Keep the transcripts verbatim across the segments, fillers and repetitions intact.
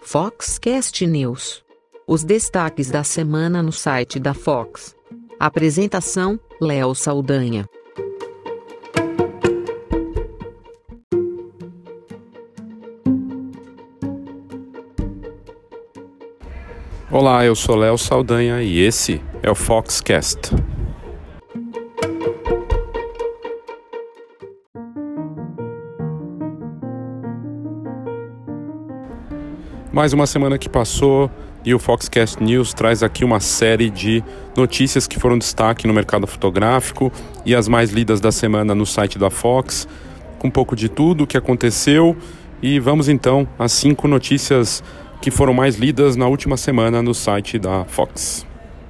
Foxcast News. Os destaques da semana no site da Fox. Apresentação: Léo Saldanha. Olá, eu sou Léo Saldanha e esse é o Foxcast. Mais uma semana que passou e o Foxcast News traz aqui uma série de notícias que foram destaque no mercado fotográfico e as mais lidas da semana no site da Fox, com um pouco de tudo o que aconteceu. E vamos então às cinco notícias que foram mais lidas na última semana no site da Fox.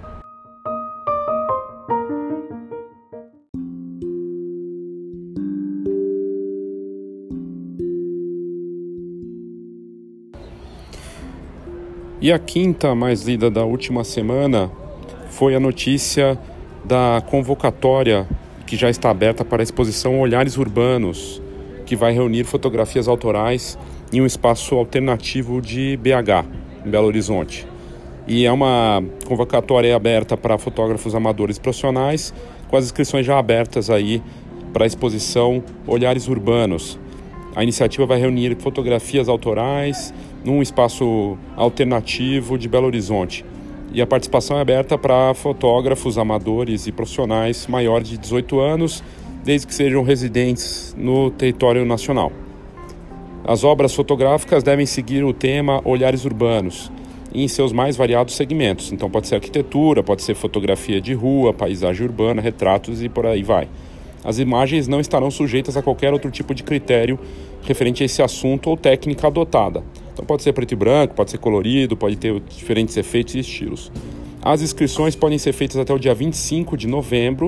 E a quinta mais lida da última semana foi a notícia da convocatória que já está aberta para a exposição Olhares Urbanos, que vai reunir fotografias autorais em um espaço alternativo de B H, em Belo Horizonte. E é uma convocatória aberta para fotógrafos amadores profissionais, com as inscrições já abertas aí para a exposição Olhares Urbanos. A iniciativa vai reunir fotografias autorais num espaço alternativo de Belo Horizonte. E a participação é aberta para fotógrafos amadores e profissionais maiores de dezoito anos, desde que sejam residentes no território nacional. As obras fotográficas devem seguir o tema Olhares Urbanos, em seus mais variados segmentos. Então pode ser arquitetura, pode ser fotografia de rua, paisagem urbana, retratos e por aí vai. As imagens não estarão sujeitas a qualquer outro tipo de critério referente a esse assunto ou técnica adotada. Então pode ser preto e branco, pode ser colorido, pode ter diferentes efeitos e estilos. As inscrições podem ser feitas até o dia vinte e cinco de novembro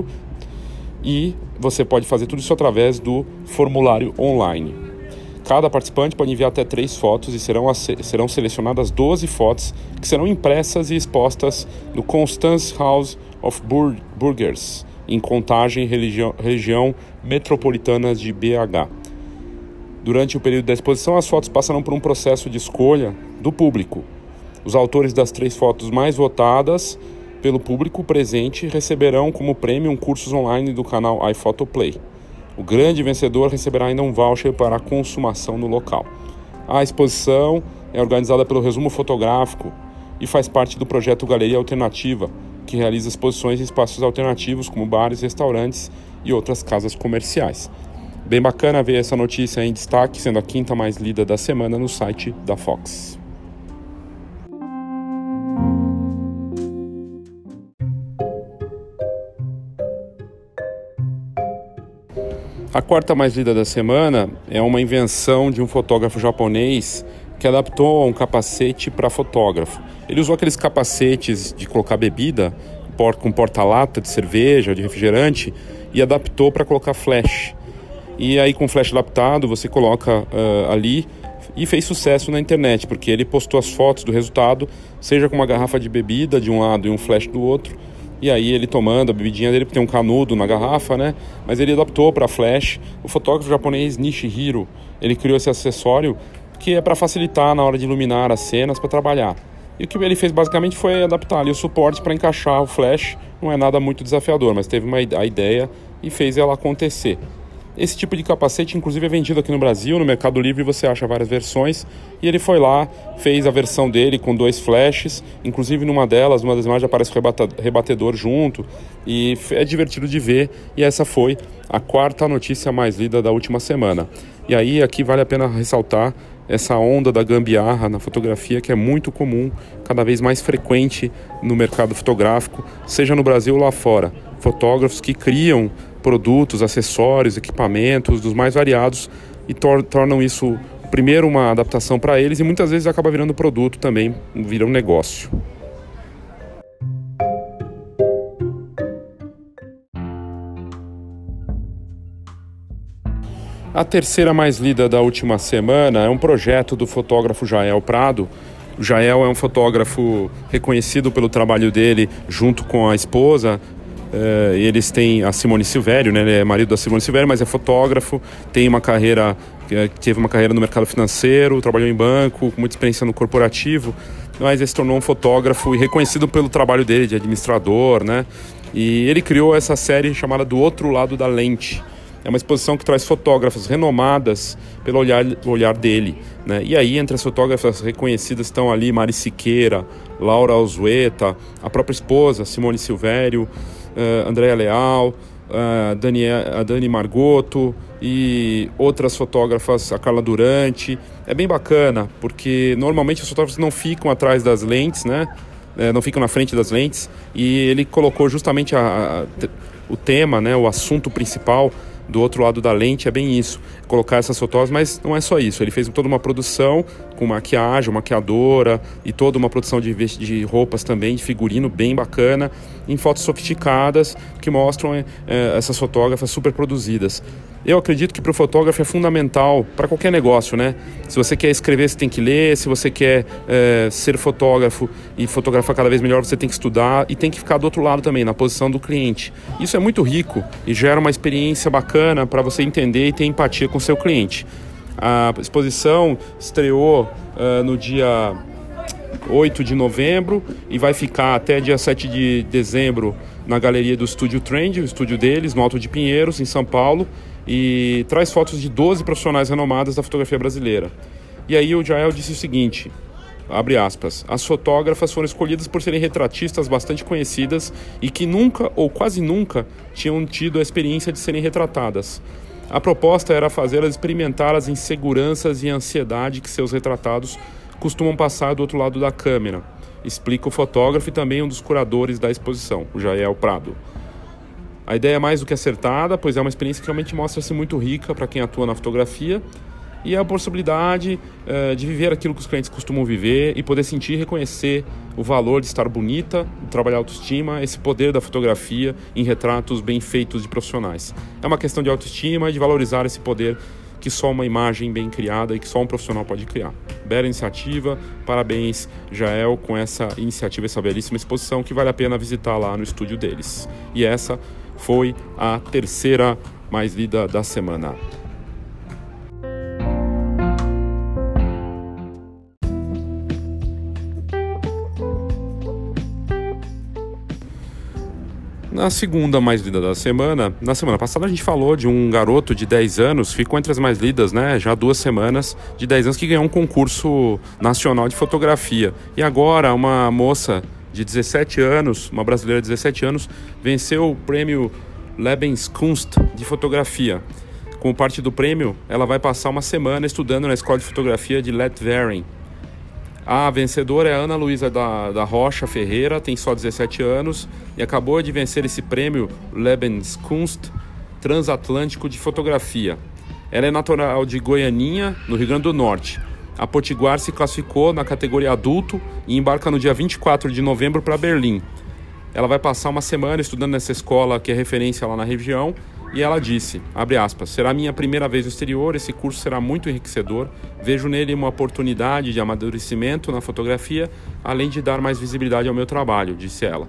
e você pode fazer tudo isso através do formulário online. Cada participante pode enviar até três fotos e serão, serão selecionadas doze fotos que serão impressas e expostas no Constance House of Bur- Burgers, em Contagem, região, região metropolitana de B H. Durante o período da exposição, as fotos passarão por um processo de escolha do público. Os autores das três fotos mais votadas pelo público presente receberão como prêmio um curso online do canal iPhotoplay. O grande vencedor receberá ainda um voucher para a consumação no local. A exposição é organizada pelo Resumo Fotográfico e faz parte do projeto Galeria Alternativa, que realiza exposições em espaços alternativos como bares, restaurantes e outras casas comerciais. Bem bacana ver essa notícia em destaque, sendo a quinta mais lida da semana no site da Fox. A quarta mais lida da semana é uma invenção de um fotógrafo japonês que adaptou um capacete para fotógrafo. Ele usou aqueles capacetes de colocar bebida com porta-lata de cerveja, de refrigerante, e adaptou para colocar flash. E aí com flash adaptado você coloca uh, ali, e fez sucesso na internet, porque ele postou as fotos do resultado, seja com uma garrafa de bebida de um lado e um flash do outro, e aí ele tomando a bebidinha dele, porque tem um canudo na garrafa, né? Mas ele adaptou para flash. O fotógrafo japonês Nishihiro, ele criou esse acessório que é para facilitar na hora de iluminar as cenas para trabalhar. E o que ele fez basicamente foi adaptar ali o suporte para encaixar o flash. Não é nada muito desafiador, mas teve uma a ideia e fez ela acontecer. Esse tipo de capacete, inclusive, é vendido aqui no Brasil, no Mercado Livre, você acha várias versões. E ele foi lá, fez a versão dele com dois flashes, inclusive numa delas, numa das imagens aparece o rebatedor junto, e é divertido de ver. E essa foi a quarta notícia mais lida da última semana. E aí, aqui vale a pena ressaltar essa onda da gambiarra na fotografia, que é muito comum, cada vez mais frequente no mercado fotográfico, seja no Brasil ou lá fora. Fotógrafos que criam produtos, acessórios, equipamentos dos mais variados e tor- tornam isso, primeiro, uma adaptação para eles, e muitas vezes acaba virando produto também, vira um negócio. A terceira mais lida da última semana é um projeto do fotógrafo Jael Prado. O Jael é um fotógrafo reconhecido pelo trabalho dele junto com a esposa, Uh, eles têm a Simone Silvério, né? Ele é marido da Simone Silvério, mas é fotógrafo, tem uma carreira, teve uma carreira no mercado financeiro, trabalhou em banco, com muita experiência no corporativo, mas ele se tornou um fotógrafo e reconhecido pelo trabalho dele de administrador, né? E ele criou essa série chamada Do Outro Lado da Lente. É uma exposição que traz fotógrafas renomadas pelo olhar, olhar dele, né? E aí, entre as fotógrafas reconhecidas estão ali Mari Siqueira, Laura Alzueta, a própria esposa, Simone Silvério, uh, Andréa Leal, uh, Dani, a Dani Margotto e outras fotógrafas, a Carla Durante. É bem bacana, porque normalmente os fotógrafos não ficam atrás das lentes, né? É, não ficam na frente das lentes, e ele colocou justamente a, a, o tema, né? O assunto principal do outro lado da lente é bem isso, colocar essas fotógrafas, mas não é só isso, ele fez toda uma produção com maquiagem, maquiadora e toda uma produção de, de roupas também, de figurino bem bacana, em fotos sofisticadas que mostram é, essas fotógrafas super produzidas. Eu acredito que para o fotógrafo é fundamental para qualquer negócio, né? Se você quer escrever, você tem que ler. Se você quer é, ser fotógrafo e fotografar cada vez melhor, você tem que estudar e tem que ficar do outro lado também, na posição do cliente. Isso é muito rico e gera uma experiência bacana para você entender e ter empatia com o seu cliente. A exposição estreou uh, no dia oito de novembro e vai ficar até dia sete de dezembro na galeria do Estúdio Trend, o estúdio deles, no Alto de Pinheiros, em São Paulo. E traz fotos de doze profissionais renomadas da fotografia brasileira. E aí o Jael disse o seguinte, abre aspas, as fotógrafas foram escolhidas por serem retratistas bastante conhecidas e que nunca ou quase nunca tinham tido a experiência de serem retratadas. A proposta era fazê-las experimentar as inseguranças e a ansiedade que seus retratados costumam passar do outro lado da câmera, explica o fotógrafo e também um dos curadores da exposição, o Jael Prado. A ideia é mais do que acertada, pois é uma experiência que realmente mostra-se muito rica para quem atua na fotografia e é a possibilidade uh, de viver aquilo que os clientes costumam viver e poder sentir e reconhecer o valor de estar bonita, de trabalhar autoestima, esse poder da fotografia em retratos bem feitos de profissionais. É uma questão de autoestima e de valorizar esse poder que só uma imagem bem criada e que só um profissional pode criar. Bela iniciativa, parabéns, Jael, com essa iniciativa, essa belíssima exposição que vale a pena visitar lá no estúdio deles. E essa foi a terceira mais lida da semana. Na segunda mais lida da semana, na semana passada a gente falou de um garoto de dez anos, ficou entre as mais lidas, né, já há duas semanas, de dez anos, que ganhou um concurso nacional de fotografia. E agora uma moça de dezessete anos, uma brasileira de dezessete anos, venceu o prêmio Lebenskunst de fotografia. Como parte do prêmio, ela vai passar uma semana estudando na escola de fotografia de Lettweren. A vencedora é a Ana Luísa da, da Rocha Ferreira, tem só dezessete anos e acabou de vencer esse prêmio Lebenskunst Transatlântico de Fotografia. Ela é natural de Goianinha, no Rio Grande do Norte. A Potiguar se classificou na categoria adulto e embarca no dia vinte e quatro de novembro para Berlim. Ela vai passar uma semana estudando nessa escola que é referência lá na região e ela disse, abre aspas, será minha primeira vez no exterior, esse curso será muito enriquecedor, vejo nele uma oportunidade de amadurecimento na fotografia, além de dar mais visibilidade ao meu trabalho, disse ela.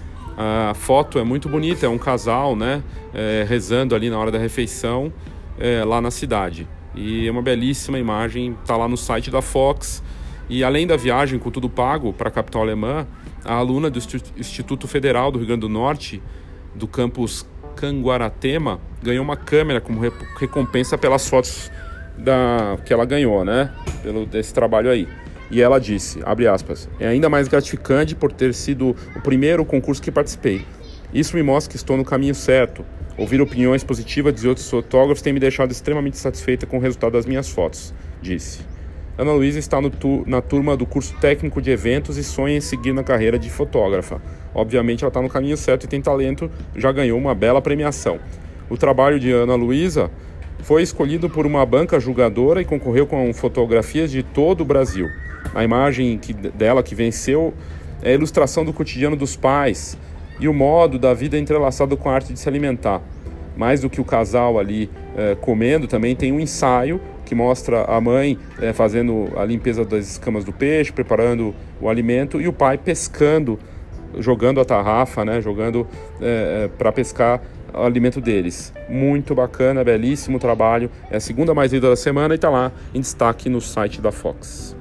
A foto é muito bonita, é um casal, né, é, rezando ali na hora da refeição, é, lá na cidade. E é uma belíssima imagem, está lá no site da Fox. E além da viagem com tudo pago para a capital alemã, a aluna do Instituto Federal do Rio Grande do Norte, do campus Canguaratema, ganhou uma câmera como recompensa pelas fotos da, que ela ganhou, né? Pelo, desse trabalho aí. E ela disse, abre aspas, é ainda mais gratificante por ter sido o primeiro concurso que participei. Isso me mostra que estou no caminho certo. Ouvir opiniões positivas de outros fotógrafos tem me deixado extremamente satisfeita com o resultado das minhas fotos, disse. Ana Luísa está no tu, na turma do curso técnico de eventos e sonha em seguir na carreira de fotógrafa. Obviamente ela está no caminho certo e tem talento, já ganhou uma bela premiação. O trabalho de Ana Luísa foi escolhido por uma banca julgadora e concorreu com fotografias de todo o Brasil. A imagem que, dela que venceu é a ilustração do cotidiano dos pais e o modo da vida entrelaçado com a arte de se alimentar. Mais do que o casal ali é, comendo, também tem um ensaio que mostra a mãe é, fazendo a limpeza das escamas do peixe, preparando o alimento, e o pai pescando jogando a tarrafa, né, jogando é, para pescar o alimento deles. Muito bacana, belíssimo trabalho. É a segunda mais lida da semana e está lá em destaque no site da Fox.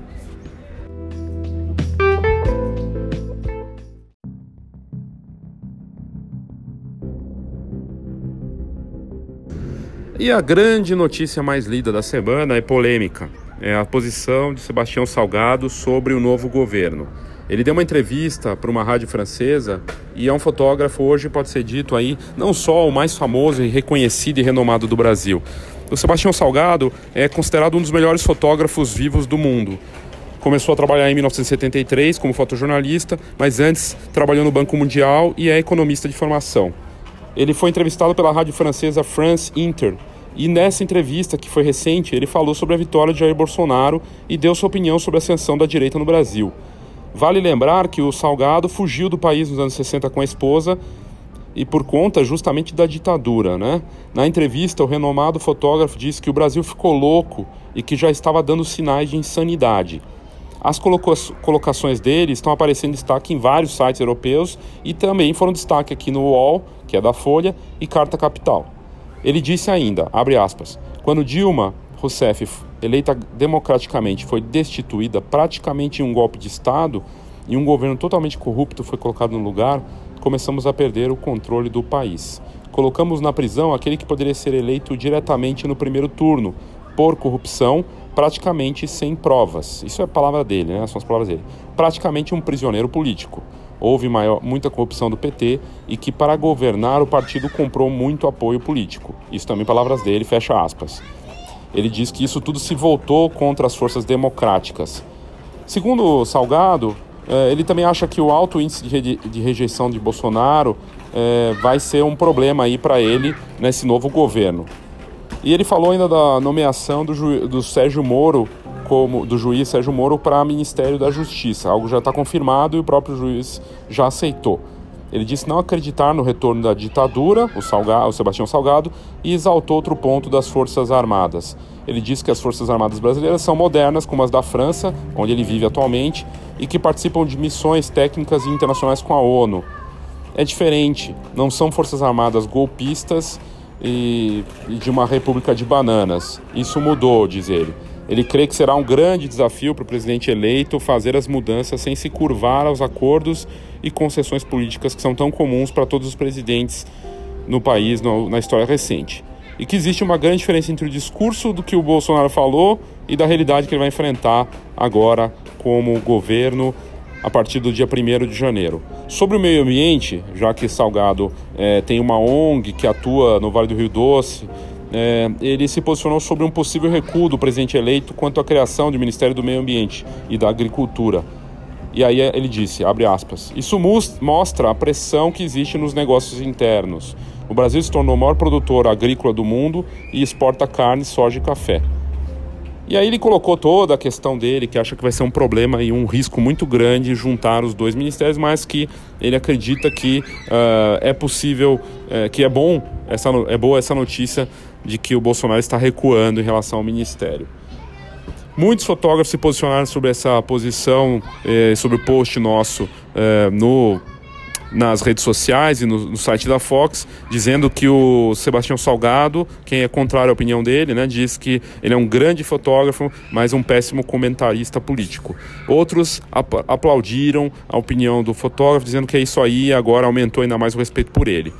E a grande notícia mais lida da semana é polêmica. É a posição de Sebastião Salgado sobre o novo governo. Ele deu uma entrevista para uma rádio francesa e é um fotógrafo, hoje pode ser dito aí, não só o mais famoso e reconhecido e renomado do Brasil. O Sebastião Salgado é considerado um dos melhores fotógrafos vivos do mundo. Começou a trabalhar em mil novecentos e setenta e três como fotojornalista, mas antes trabalhou no Banco Mundial e é economista de formação. Ele foi entrevistado pela rádio francesa France Inter e nessa entrevista, que foi recente, ele falou sobre a vitória de Jair Bolsonaro e deu sua opinião sobre a ascensão da direita no Brasil. Vale lembrar que o Salgado fugiu do país nos anos sessenta com a esposa e por conta justamente da ditadura, né? Na entrevista, o renomado fotógrafo disse que o Brasil ficou louco e que já estava dando sinais de insanidade. As colocações dele estão aparecendo em destaque em vários sites europeus e também foram destaque aqui no U O L, que é da Folha, e Carta Capital. Ele disse ainda, abre aspas, quando Dilma Rousseff, eleita democraticamente, foi destituída praticamente em um golpe de Estado e um governo totalmente corrupto foi colocado no lugar, começamos a perder o controle do país. Colocamos na prisão aquele que poderia ser eleito diretamente no primeiro turno, por corrupção, praticamente sem provas. Isso é a palavra dele, né? São as palavras dele. Praticamente um prisioneiro político. Houve maior, muita corrupção do P T e que para governar o partido comprou muito apoio político. Isso também palavras dele, fecha aspas. Ele diz que isso tudo se voltou contra as forças democráticas. Segundo Salgado, ele também acha que o alto índice de rejeição de Bolsonaro vai ser um problema aí para ele nesse novo governo. E ele falou ainda da nomeação do, ju... do Sérgio Moro, como do juiz Sérgio Moro para o Ministério da Justiça. Algo já está confirmado e o próprio juiz já aceitou. Ele disse não acreditar no retorno da ditadura, o, Salgado, o Sebastião Salgado, e exaltou outro ponto das Forças Armadas. Ele disse que as Forças Armadas brasileiras são modernas, como as da França, onde ele vive atualmente, e que participam de missões técnicas e internacionais com a ONU. É diferente, não são Forças Armadas golpistas e, e de uma república de bananas. Isso mudou, diz ele. Ele crê que será um grande desafio para o presidente eleito fazer as mudanças sem se curvar aos acordos e concessões políticas que são tão comuns para todos os presidentes no país no, na história recente. E que existe uma grande diferença entre o discurso do que o Bolsonaro falou e da realidade que ele vai enfrentar agora como governo a partir do dia primeiro de janeiro. Sobre o meio ambiente, já que Salgado é, tem uma O N G que atua no Vale do Rio Doce, É, ele se posicionou sobre um possível recuo do presidente eleito quanto à criação do Ministério do Meio Ambiente e da Agricultura. E aí ele disse, abre aspas, isso mostra a pressão que existe nos negócios internos. O Brasil se tornou o maior produtor agrícola do mundo e exporta carne, soja e café. E aí ele colocou toda a questão dele, que acha que vai ser um problema e um risco muito grande juntar os dois ministérios, mas que ele acredita que uh, é possível, uh, que é bom, essa, é boa essa notícia de que o Bolsonaro está recuando em relação ao ministério. Muitos fotógrafos se posicionaram sobre essa posição, eh, sobre o post nosso eh, no, nas redes sociais e no, no site da Fox, dizendo que o Sebastião Salgado, quem é contrário à opinião dele, né, diz que ele é um grande fotógrafo, mas um péssimo comentarista político. Outros ap- aplaudiram a opinião do fotógrafo, dizendo que é isso aí, agora aumentou ainda mais o respeito por ele.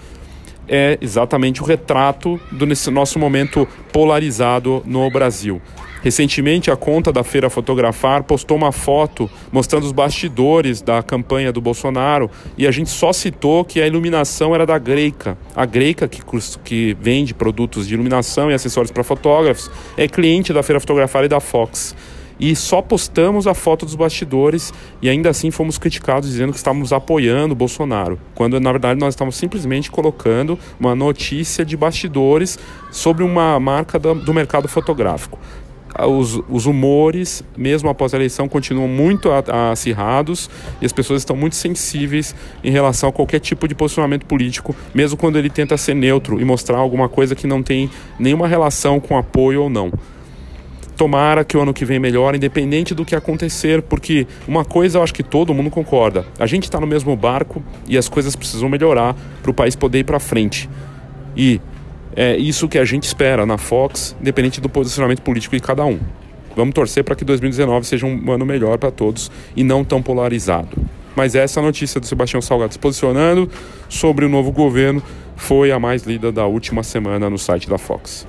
É exatamente o retrato do nesse nosso momento polarizado no Brasil. Recentemente, a conta da Feira Fotografar postou uma foto mostrando os bastidores da campanha do Bolsonaro e a gente só citou que a iluminação era da Greica. A Greica, que, que vende produtos de iluminação e acessórios para fotógrafos, é cliente da Feira Fotografar e da Fox. E só postamos a foto dos bastidores e ainda assim fomos criticados dizendo que estávamos apoiando o Bolsonaro, quando na verdade nós estávamos simplesmente colocando uma notícia de bastidores sobre uma marca do, do mercado fotográfico. Os, os humores, mesmo após a eleição, continuam muito acirrados e as pessoas estão muito sensíveis em relação a qualquer tipo de posicionamento político, mesmo quando ele tenta ser neutro e mostrar alguma coisa que não tem nenhuma relação com apoio ou não. tomara que o ano que vem melhore, independente do que acontecer, porque uma coisa eu acho que todo mundo concorda, a gente está no mesmo barco e as coisas precisam melhorar para o país poder ir para frente. E é isso que a gente espera na Fox, independente do posicionamento político de cada um. Vamos torcer para que dois mil e dezenove seja um ano melhor para todos e não tão polarizado. Mas essa notícia do Sebastião Salgado se posicionando sobre o novo governo foi a mais lida da última semana no site da Fox.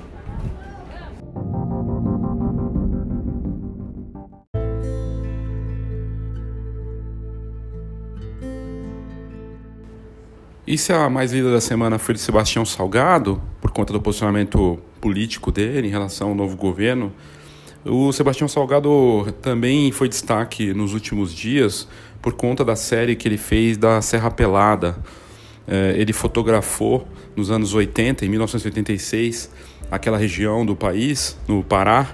E se a mais lida da semana foi de Sebastião Salgado, por conta do posicionamento político dele em relação ao novo governo, o Sebastião Salgado também foi destaque nos últimos dias por conta da série que ele fez da Serra Pelada. É, ele fotografou nos anos oitenta, em mil novecentos e oitenta e seis, aquela região do país, no Pará,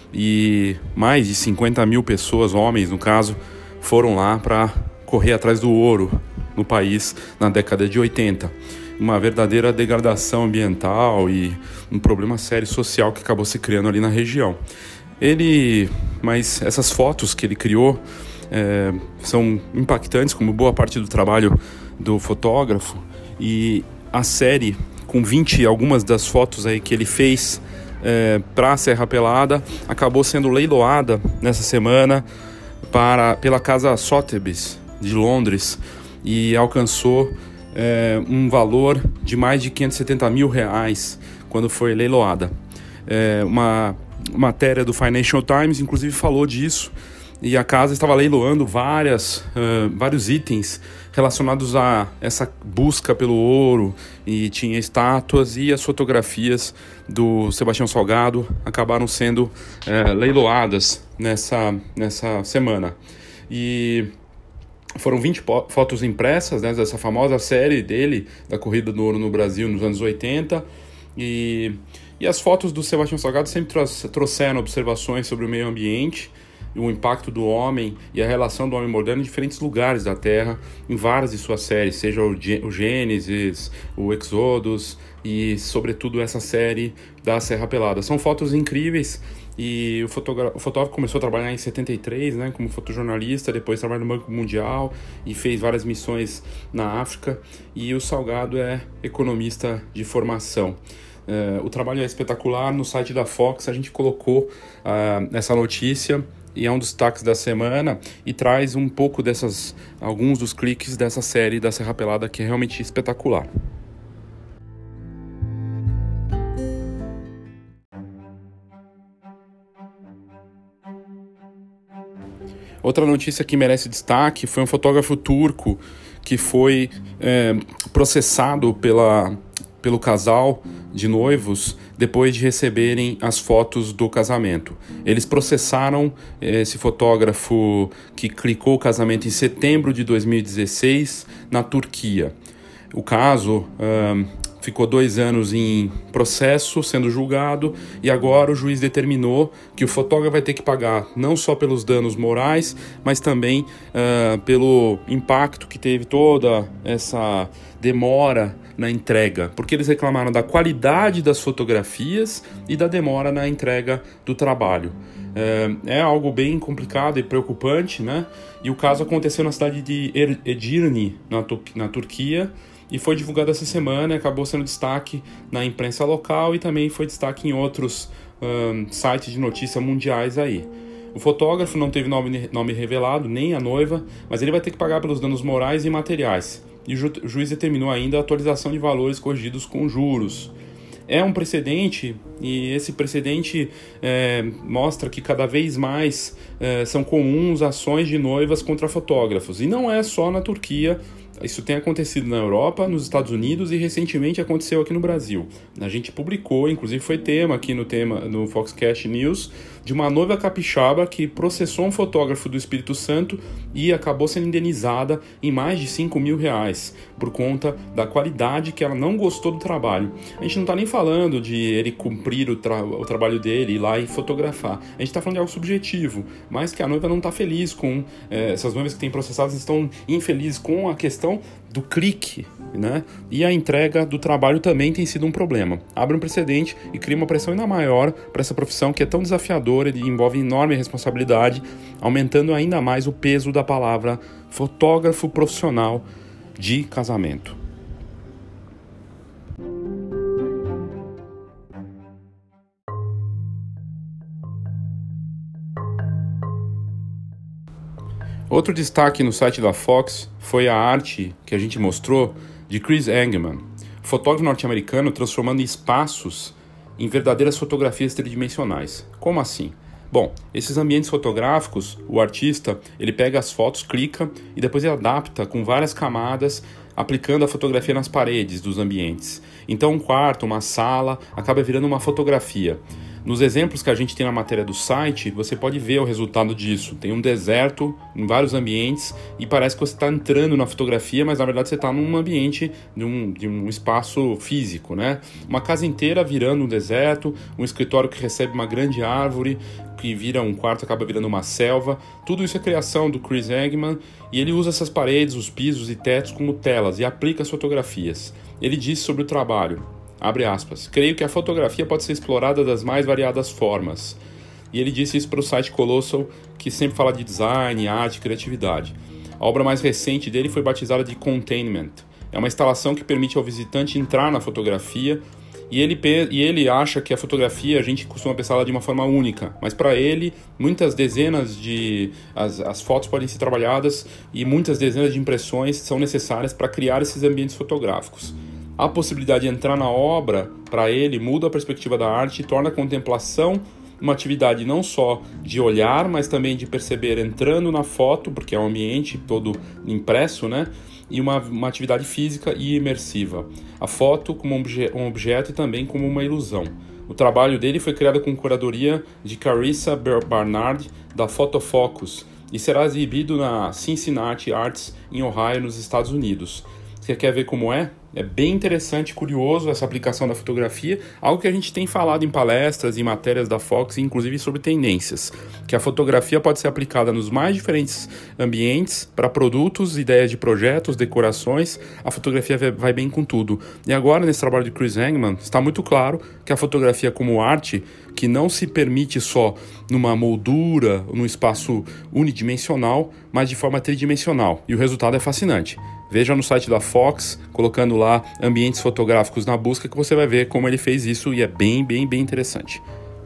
e mais de cinquenta mil pessoas, homens no caso, foram lá para correr atrás do ouro no país na década de oitenta. Uma verdadeira degradação ambiental e um problema sério social que acabou se criando ali na região. Ele, mas essas fotos que ele criou é, são impactantes, como boa parte do trabalho do fotógrafo, e a série, com vinte, algumas das fotos aí que ele fez é, para a Serra Pelada, acabou sendo leiloada nessa semana para, pela Casa Sotheby's de Londres, e alcançou é, um valor de mais de quinhentos e setenta mil reais quando foi leiloada. É, uma matéria do Financial Times inclusive falou disso, e a casa estava leiloando várias, uh, vários itens relacionados a essa busca pelo ouro, e tinha estátuas, e as fotografias do Sebastião Salgado acabaram sendo uh, leiloadas nessa, nessa semana. E foram vinte fotos impressas, né, dessa famosa série dele, da Corrida do Ouro no Brasil nos anos oitenta, e, e as fotos do Sebastião Salgado sempre trouxeram observações sobre o meio ambiente, o impacto do homem e a relação do homem moderno em diferentes lugares da Terra, em várias de suas séries, seja o Gênesis, o Exodus e, sobretudo, essa série da Serra Pelada. São fotos incríveis, e o, fotógrafo, o fotógrafo começou a trabalhar em setenta e três, né, como fotojornalista, depois trabalhou no Banco Mundial e fez várias missões na África, e o Salgado é economista de formação. Uh, o trabalho é espetacular. No site da Fox a gente colocou uh, essa notícia, e é um dos destaques da semana, e traz um pouco dessas, alguns dos cliques dessa série da Serra Pelada, que é realmente espetacular. Outra notícia que merece destaque foi um fotógrafo turco que foi é, processado pela, pelo casal de noivos depois de receberem as fotos do casamento. Eles processaram esse fotógrafo que clicou o casamento em setembro de dois mil e dezesseis na Turquia. O caso um, ficou dois anos em processo, sendo julgado, e agora o juiz determinou que o fotógrafo vai ter que pagar não só pelos danos morais, mas também uh, pelo impacto que teve toda essa demora na entrega, porque eles reclamaram da qualidade das fotografias e da demora na entrega do trabalho. É, é algo bem complicado e preocupante, né? E o caso aconteceu na cidade de Edirne, na, na Turquia, e foi divulgado essa semana, acabou sendo destaque na imprensa local e também foi destaque em outros um, sites de notícias mundiais aí. O fotógrafo não teve nome, nome revelado, nem a noiva, mas ele vai ter que pagar pelos danos morais e materiais. E o, ju o juiz determinou ainda a atualização de valores corrigidos com juros. É um precedente, e esse precedente é, mostra que cada vez mais é, são comuns ações de noivas contra fotógrafos. E não é só na Turquia. Isso tem acontecido na Europa, nos Estados Unidos, e recentemente aconteceu aqui no Brasil. A gente publicou, inclusive foi tema aqui no, tema, no Foxcast News, de uma noiva capixaba que processou um fotógrafo do Espírito Santo e acabou sendo indenizada em mais de cinco mil reais. por conta da qualidade que ela não gostou do trabalho. A gente não está nem falando de ele cumprir o, tra- o trabalho dele, ir lá e fotografar. A gente está falando de algo subjetivo, mas que a noiva não está feliz com... É, essas noivas que têm processadas estão infelizes com a questão do clique, né? E a entrega do trabalho também tem sido um problema. Abre um precedente e cria uma pressão ainda maior para essa profissão que é tão desafiadora e envolve enorme responsabilidade, aumentando ainda mais o peso da palavra fotógrafo profissional de casamento. Outro destaque no site da Fox foi a arte que a gente mostrou de Chris Engelman, fotógrafo norte-americano transformando espaços em verdadeiras fotografias tridimensionais. Como assim? Bom, esses ambientes fotográficos, o artista ele pega as fotos, clica e depois ele adapta com várias camadas, aplicando a fotografia nas paredes dos ambientes. Então um quarto, uma sala, acaba virando uma fotografia. Nos exemplos que a gente tem na matéria do site, você pode ver o resultado disso. Tem um deserto em vários ambientes e parece que você está entrando na fotografia, mas na verdade você está num ambiente, de um, de um espaço físico, né? Uma casa inteira virando um deserto, um escritório que recebe uma grande árvore, que vira um quarto, acaba virando uma selva. Tudo isso é criação do Chris Engelman e ele usa essas paredes, os pisos e tetos como telas e aplica as fotografias. Ele disse sobre o trabalho, abre aspas, creio que a fotografia pode ser explorada das mais variadas formas. E ele disse isso para o site Colossal, que sempre fala de design, arte e criatividade. A obra mais recente dele foi batizada de Containment. É uma instalação que permite ao visitante entrar na fotografia e ele, e ele acha que a fotografia a gente costuma pensá-la de uma forma única, mas para ele muitas dezenas de... As, as fotos podem ser trabalhadas e muitas dezenas de impressões são necessárias para criar esses ambientes fotográficos. A possibilidade de entrar na obra, para ele, muda a perspectiva da arte e torna a contemplação uma atividade não só de olhar, mas também de perceber entrando na foto, porque é um ambiente todo impresso, né? E uma, uma atividade física e imersiva. A foto como um, obje, um objeto e também como uma ilusão. O trabalho dele foi criado com curadoria de Carissa Barnard, da Photofocus, e será exibido na Cincinnati Arts, em Ohio, nos Estados Unidos. Você quer ver como é? É bem interessante e curioso essa aplicação da fotografia, algo que a gente tem falado em palestras e matérias da Fox, inclusive sobre tendências, que a fotografia pode ser aplicada nos mais diferentes ambientes, para produtos, ideias de projetos, decorações, a fotografia vai bem com tudo. E agora, nesse trabalho de Chris Engelman, está muito claro que a fotografia como arte, que não se permite só numa moldura, num espaço unidimensional, mas de forma tridimensional, e o resultado é fascinante. Veja no site da Fox, colocando lá ambientes fotográficos na busca, que você vai ver como ele fez isso e é bem, bem, bem interessante.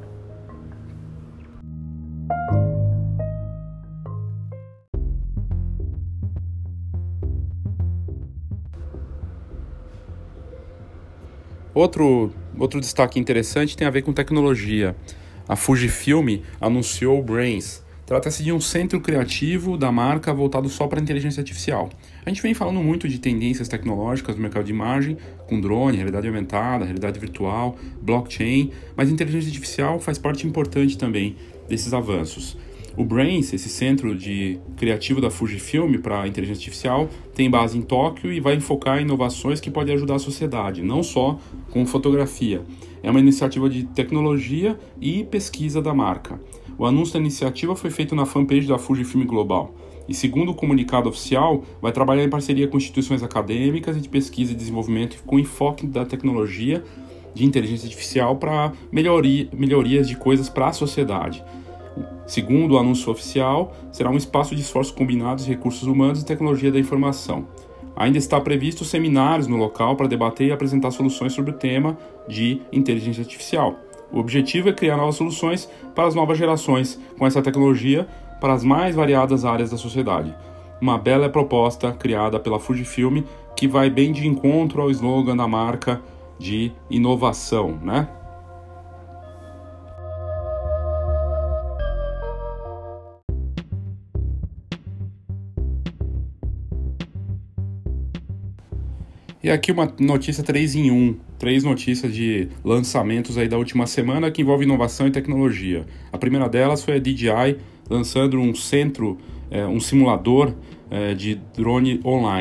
Outro, outro destaque interessante tem a ver com tecnologia. A Fujifilm anunciou o Brains. Trata-se de um centro criativo da marca voltado só para a inteligência artificial. A gente vem falando muito de tendências tecnológicas no mercado de imagem, com drone, realidade aumentada, realidade virtual, blockchain, mas a inteligência artificial faz parte importante também desses avanços. O Brains, esse centro de criativo da Fujifilm para a inteligência artificial, tem base em Tóquio e vai focar em inovações que podem ajudar a sociedade, não só com fotografia. É uma iniciativa de tecnologia e pesquisa da marca. O anúncio da iniciativa foi feito na fanpage da Fujifilm Global e, segundo o comunicado oficial, vai trabalhar em parceria com instituições acadêmicas e de pesquisa e desenvolvimento com enfoque da tecnologia de inteligência artificial para melhoria, melhorias de coisas para a sociedade. Segundo o anúncio oficial, será um espaço de esforços combinados de recursos humanos e tecnologia da informação. Ainda está previsto seminários no local para debater e apresentar soluções sobre o tema de inteligência artificial. O objetivo é criar novas soluções para as novas gerações com essa tecnologia para as mais variadas áreas da sociedade. Uma bela proposta criada pela Fujifilm que vai bem de encontro ao slogan da marca de inovação, né? E aqui uma notícia três em um, três notícias de lançamentos aí da última semana que envolvem inovação e tecnologia. A primeira delas foi a D J I lançando um centro, é, um simulador é, de drone online.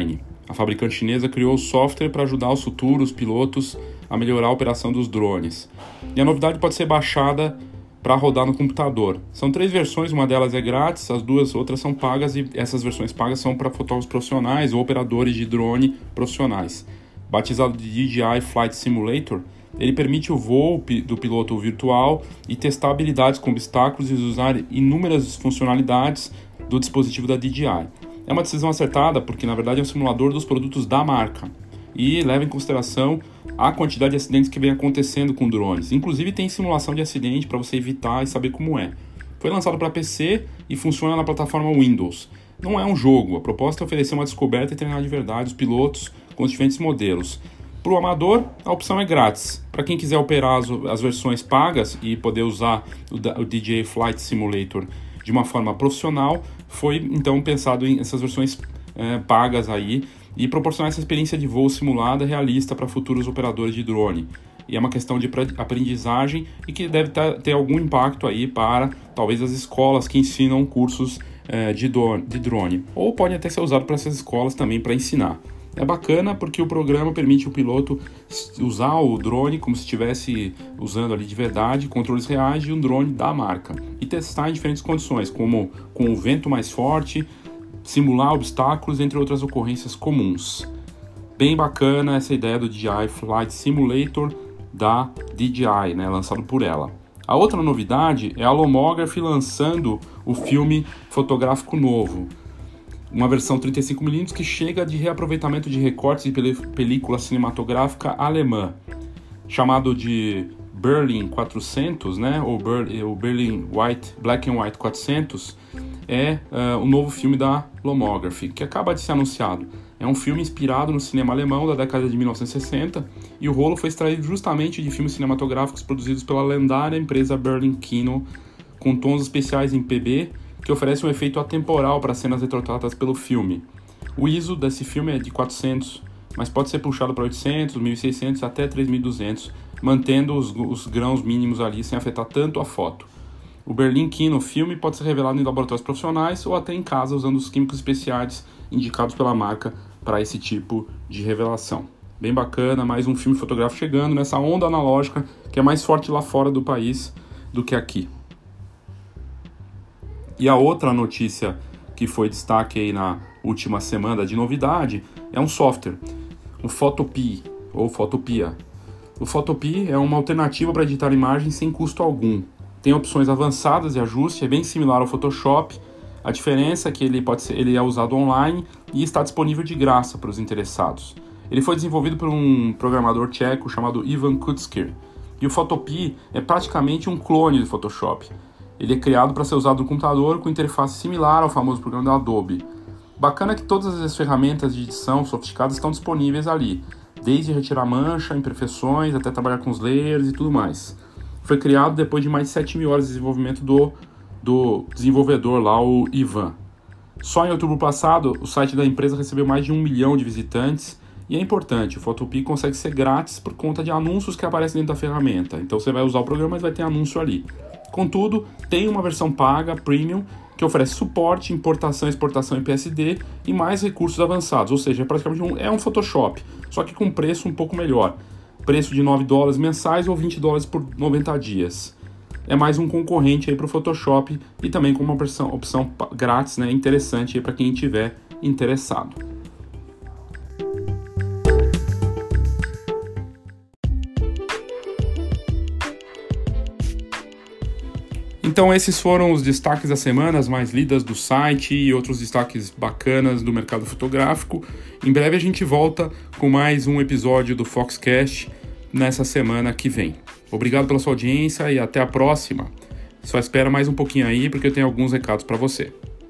A fabricante chinesa criou software para ajudar os futuros pilotos a melhorar a operação dos drones. E a novidade pode ser baixada para rodar no computador. São três versões, uma delas é grátis, as duas outras são pagas e essas versões pagas são para fotógrafos profissionais ou operadores de drone profissionais. Batizado de D J I Flight Simulator, ele permite o voo do piloto virtual e testar habilidades com obstáculos e usar inúmeras funcionalidades do dispositivo da D J I. É uma decisão acertada porque, na verdade, é um simulador dos produtos da marca e leva em consideração a quantidade de acidentes que vem acontecendo com drones. Inclusive tem simulação de acidente para você evitar e saber como é. Foi lançado para P C e funciona na plataforma Windows. Não é um jogo, a proposta é oferecer uma descoberta e treinar de verdade os pilotos com os diferentes modelos. Para o amador, a opção é grátis. Para quem quiser operar as, as versões pagas e poder usar o, o D J I Flight Simulator de uma forma profissional, foi então pensado em essas versões é, pagas aí e proporcionar essa experiência de voo simulada realista para futuros operadores de drone. E é uma questão de aprendizagem e que deve ter algum impacto aí para talvez as escolas que ensinam cursos é, de, de drone. Ou pode até ser usado para essas escolas também para ensinar. É bacana porque o programa permite o piloto usar o drone como se estivesse usando ali de verdade, controles reais de um drone da marca. E testar em diferentes condições, como com o vento mais forte, simular obstáculos, entre outras ocorrências comuns. Bem bacana essa ideia do D J I Flight Simulator da D J I, né, lançado por ela. A outra novidade é a Lomography lançando o filme fotográfico novo, uma versão trinta e cinco milímetros que chega de reaproveitamento de recortes de película cinematográfica alemã, chamado de Berlin quatrocentos, né, ou Berlin White, Black and White quatrocentos, é uh, o novo filme da Lomography, que acaba de ser anunciado. É um filme inspirado no cinema alemão da década de mil novecentos e sessenta e o rolo foi extraído justamente de filmes cinematográficos produzidos pela lendária empresa Berlin Kino, com tons especiais em P B, que oferece um efeito atemporal para cenas retratadas pelo filme. O I S O desse filme é de quatrocentos, mas pode ser puxado para oitocentos, mil e seiscentos até três mil e duzentos, mantendo os, os grãos mínimos ali sem afetar tanto a foto. O Berlin Kino filme pode ser revelado em laboratórios profissionais ou até em casa usando os químicos especiais indicados pela marca para esse tipo de revelação. Bem bacana, mais um filme fotográfico chegando nessa onda analógica que é mais forte lá fora do país do que aqui. E a outra notícia que foi destaque aí na última semana de novidade é um software, o Photopea ou Photopea. O Photopea é uma alternativa para editar imagens sem custo algum. Tem opções avançadas de ajuste, é bem similar ao Photoshop. A diferença é que ele, pode ser, ele é usado online e está disponível de graça para os interessados. Ele foi desenvolvido por um programador tcheco chamado Ivan Kuckir. E o Photopea é praticamente um clone do Photoshop. Ele é criado para ser usado no computador com interface similar ao famoso programa da Adobe. Bacana que todas as ferramentas de edição sofisticadas estão disponíveis ali, desde retirar mancha, imperfeições, até trabalhar com os layers e tudo mais. Foi criado depois de mais de sete mil horas de desenvolvimento do, do desenvolvedor lá, o Ivan. Só em outubro passado, o site da empresa recebeu mais de um milhão de visitantes e é importante, o Photopea consegue ser grátis por conta de anúncios que aparecem dentro da ferramenta. Então você vai usar o programa, mas vai ter anúncio ali. Contudo, tem uma versão paga, premium, que oferece suporte, importação e exportação em P S D e mais recursos avançados, ou seja, é praticamente um, é um Photoshop, só que com preço um pouco melhor. Preço de nove dólares mensais ou vinte dólares por noventa dias. É mais um concorrente aí para o Photoshop e também com uma opção, opção grátis, né, interessante para quem estiver interessado. Então esses foram os destaques da semana, as mais lidas do site e outros destaques bacanas do mercado fotográfico. Em breve a gente volta com mais um episódio do Foxcast nessa semana que vem. Obrigado pela sua audiência e até a próxima. Só espera mais um pouquinho aí porque eu tenho alguns recados para você.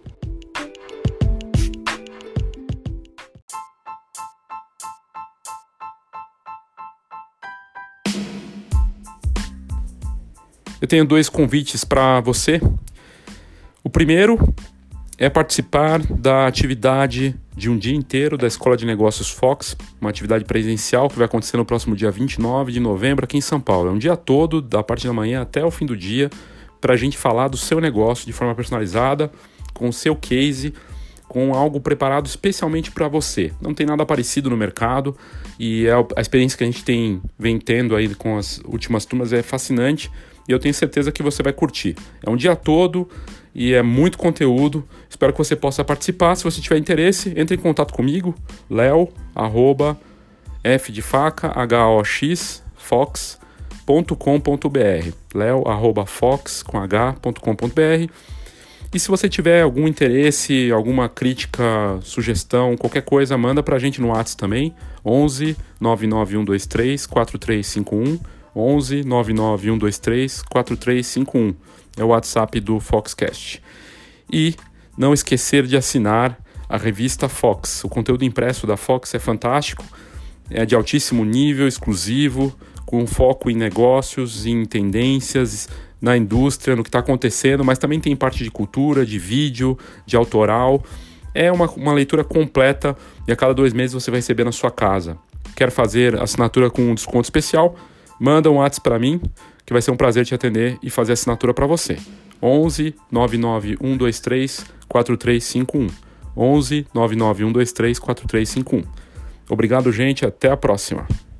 Eu tenho dois convites para você. O primeiro é participar da atividade de um dia inteiro da Escola de Negócios Fox, uma atividade presencial que vai acontecer no próximo dia vinte e nove de novembro aqui em São Paulo. É um dia todo, da parte da manhã até o fim do dia, para a gente falar do seu negócio de forma personalizada, com o seu case, com algo preparado especialmente para você. Não tem nada parecido no mercado e a experiência que a gente tem, vem tendo aí com as últimas turmas é fascinante e eu tenho certeza que você vai curtir. É um dia todo e é muito conteúdo. Espero que você possa participar. Se você tiver interesse, entre em contato comigo, leo, arroba, f de faca, h o x, fox, ponto com ponto b r, leo, arroba, fox, com h, ponto com ponto b r. E se você tiver algum interesse, alguma crítica, sugestão, qualquer coisa, manda pra gente no WhatsApp também, onze nove nove um dois três quatro três cinco um, onze nove nove um dois três quatro três cinco um, é o WhatsApp do Foxcast. E não esquecer de assinar a revista Fox, o conteúdo impresso da Fox é fantástico, é de altíssimo nível, exclusivo, com foco em negócios, em tendências, na indústria, no que está acontecendo, mas também tem parte de cultura, de vídeo, de autoral. É uma, uma leitura completa e a cada dois meses você vai receber na sua casa. Quer fazer assinatura com um desconto especial? Manda um WhatsApp para mim, que vai ser um prazer te atender e fazer a assinatura para você. onze nove nove um dois três quatro três cinco um. onze nove nove um dois três quatro três cinco um. Obrigado, gente. Até a próxima.